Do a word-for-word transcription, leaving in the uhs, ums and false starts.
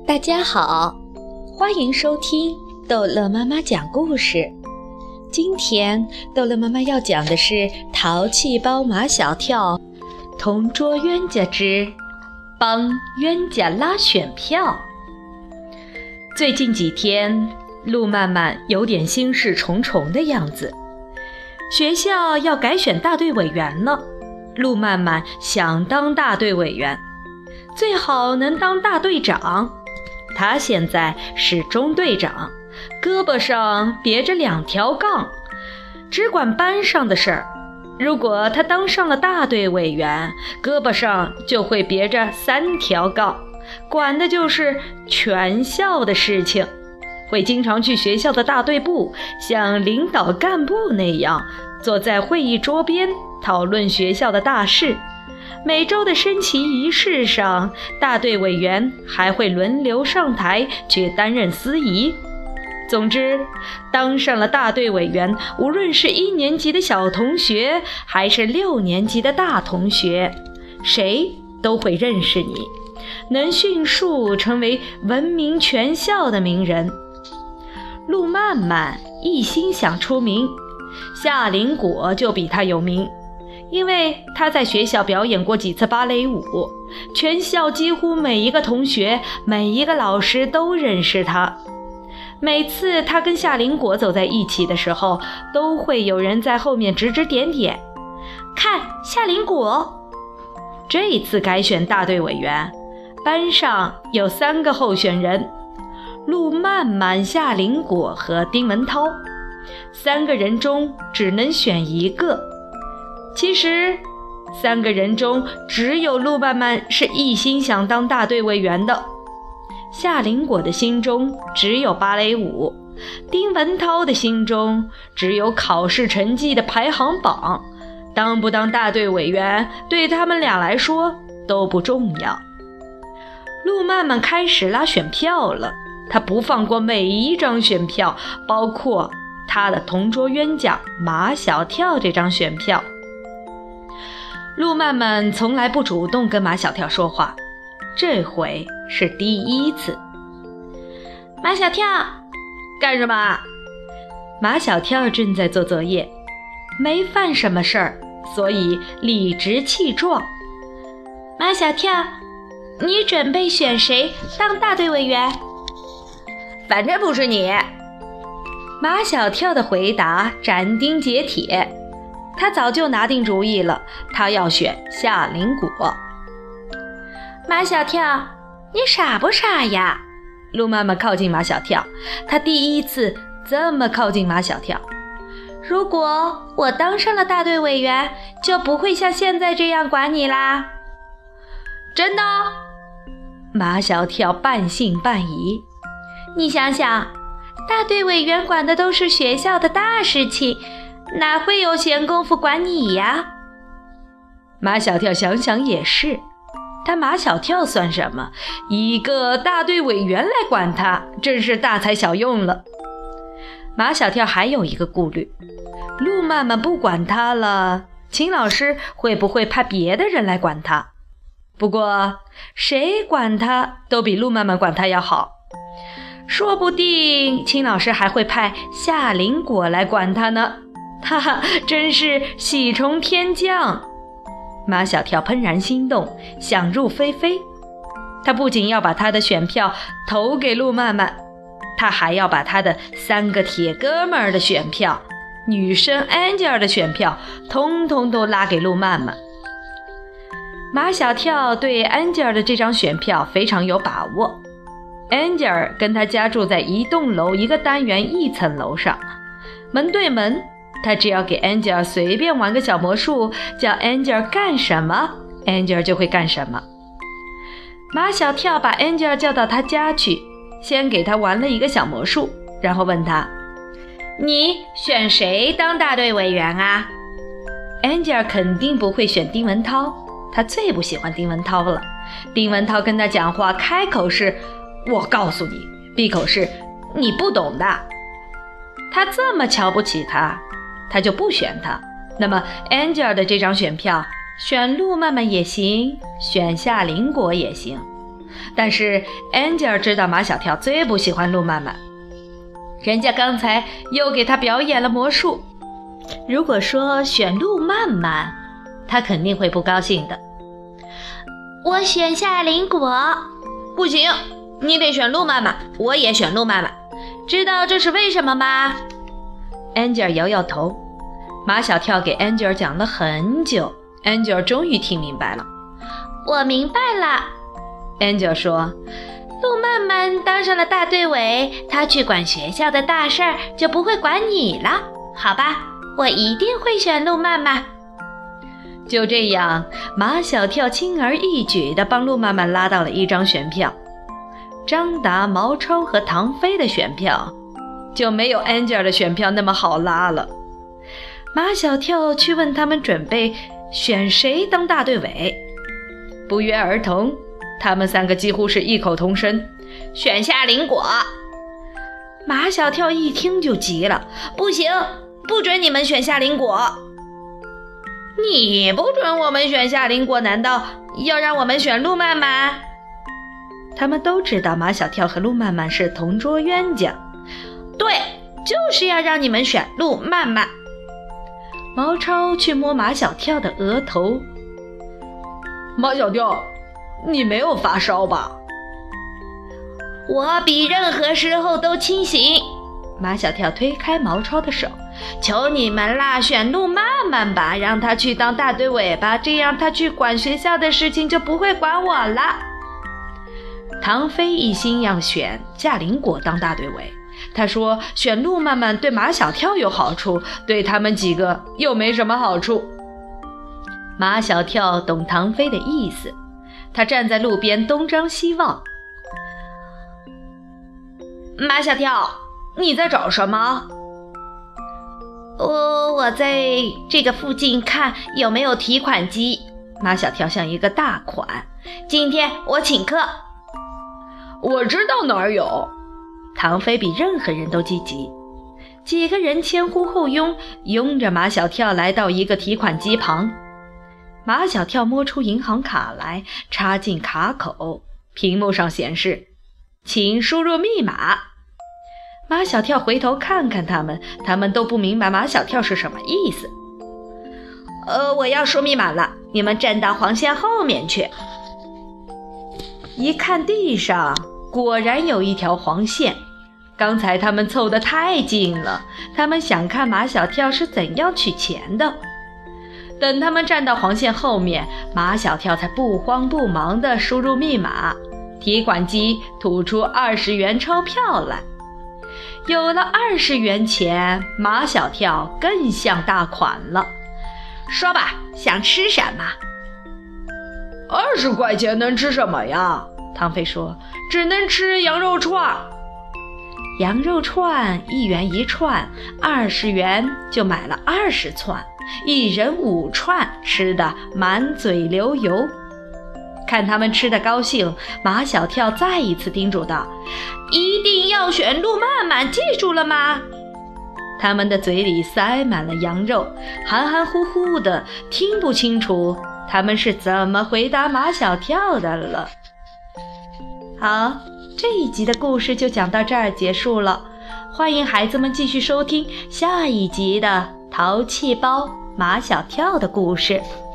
大家好，欢迎收听逗乐妈妈讲故事。今天逗乐妈妈要讲的是淘气包马小跳同捉冤家之帮冤家拉选票。最近几天，路漫漫有点心事重重的样子。学校要改选大队委员了，路漫漫想当大队委员，最好能当大队长。他现在是中队长，胳膊上别着两条杠，只管班上的事儿。如果他当上了大队委员，胳膊上就会别着三条杠，管的就是全校的事情，会经常去学校的大队部，像领导干部那样坐在会议桌边讨论学校的大事。每周的升旗仪式上，大队委员还会轮流上台去担任司仪。总之，当上了大队委员，无论是一年级的小同学还是六年级的大同学，谁都会认识你，能迅速成为闻名全校的名人。路漫漫一心想出名，夏林果就比他有名，因为他在学校表演过几次芭蕾舞，全校几乎每一个同学、每一个老师都认识他。每次他跟夏林果走在一起的时候，都会有人在后面指指点点，看夏林果。这一次改选大队委员，班上有三个候选人，路漫漫、夏林果和丁文涛，三个人中只能选一个。其实三个人中只有路漫漫是一心想当大队委员的，夏林果的心中只有芭蕾舞，丁文涛的心中只有考试成绩的排行榜。当不当大队委员对他们俩来说都不重要。路漫漫开始拉选票了，他不放过每一张选票，包括他的同桌冤家马小跳这张选票。路漫漫从来不主动跟马小跳说话，这回是第一次。马小跳，干什么？马小跳正在做作业，没犯什么事儿，所以理直气壮。马小跳，你准备选谁当大队委员？反正不是你。马小跳的回答斩钉截铁，他早就拿定主意了，他要选夏林果。马小跳，你傻不傻呀？路漫漫靠近马小跳，他第一次这么靠近马小跳。如果我当上了大队委员，就不会像现在这样管你啦。真的？马小跳半信半疑。你想想，大队委员管的都是学校的大事情，哪会有闲工夫管你呀？马小跳想想也是，他马小跳算什么？一个大队委员来管他，真是大材小用了。马小跳还有一个顾虑，路漫漫不管他了，秦老师会不会派别的人来管他？不过谁管他都比路漫漫管他要好，说不定秦老师还会派夏林果来管他呢。哈哈，真是喜从天降。马小跳怦然心动，想入非非。他不仅要把他的选票投给路漫漫，他还要把他的三个铁哥们儿的选票、女生 Angel 的选票通通都拉给路漫漫。马小跳对 Angel 的这张选票非常有把握。Angel 跟他家住在一栋楼一个单元一层楼上，门对门，他只要给 Angel 随便玩个小魔术，叫 Angel 干什么 Angel 就会干什么。马小跳把 Angel 叫到他家去，先给他玩了一个小魔术，然后问他，你选谁当大队委员啊？ Angel 肯定不会选丁文涛，他最不喜欢丁文涛了。丁文涛跟他讲话，开口是我告诉你，闭口是你不懂的。他这么瞧不起他，他就不选他。那么 Angel 的这张选票，选路漫漫也行，选夏林果也行。 但是 Angel 知道马小跳最不喜欢路曼曼，人家刚才又给他表演了魔术，如果说选路曼曼，他肯定会不高兴的。 我选夏林果。 不行，你得选路曼曼，我也选路曼曼。知道这是为什么吗？ Angel 摇摇头。马小跳给 Angel 讲了很久， Angel 终于听明白了。 我明白了。 Angel 说， 路曼曼当上了大队委，他去管学校的大事儿，就不会管你了。好吧，我一定会选路曼曼。 就这样，马小跳轻而易举地帮路曼曼拉到了一张选票。张达、毛超和唐飞的选票就没有 Angel 的选票那么好拉了。马小跳去问他们准备选谁当大队委，不约而同，他们三个几乎是异口同声，选夏林果。马小跳一听就急了，不行，不准你们选夏林果。你不准我们选夏林果，难道要让我们选路曼曼？他们都知道马小跳和路曼曼是同桌冤家，对，就是要让你们选路曼曼。毛超去摸马小跳的额头，马小跳，你没有发烧吧？ 我比任何时候都清醒。 马小跳推开毛超的手，求你们啦，选路曼曼吧，让他去当大队委吧，这样他去管学校的事情就不会管我了。唐飞一心要选夏林果当大队委，他说选路曼曼对马小跳有好处，对他们几个又没什么好处。马小跳懂唐飞的意思，他站在路边东张西望。马小跳，你在找什么？ 我我在这个附近看有没有提款机。 马小跳像一个大款， 今天我请客。 我知道哪儿有。唐飞比任何人都积极，几个人前呼后拥，拥着马小跳来到一个提款机旁。马小跳摸出银行卡来，插进卡口，屏幕上显示请输入密码。马小跳回头看看他们，他们都不明白马小跳是什么意思。呃，我要输密码了，你们站到黄线后面去。一看地上果然有一条黄线，刚才他们凑得太近了，他们想看马小跳是怎样取钱的。等他们站到黄线后面，马小跳才不慌不忙地输入密码，提款机吐出二十元钞票来。有了二十元钱，马小跳更像大款了。说吧，想吃什么？二十块钱能吃什么呀？唐飞说，只能吃羊肉串。羊肉串一元一串，二十元就买了二十串，一人五串，吃得满嘴流油。看他们吃得高兴，马小跳再一次叮嘱道，一定要选路曼曼，记住了吗？他们的嘴里塞满了羊肉，含含糊糊的，听不清楚他们是怎么回答马小跳的了。好，这一集的故事就讲到这儿结束了，欢迎孩子们继续收听下一集的淘气包马小跳的故事。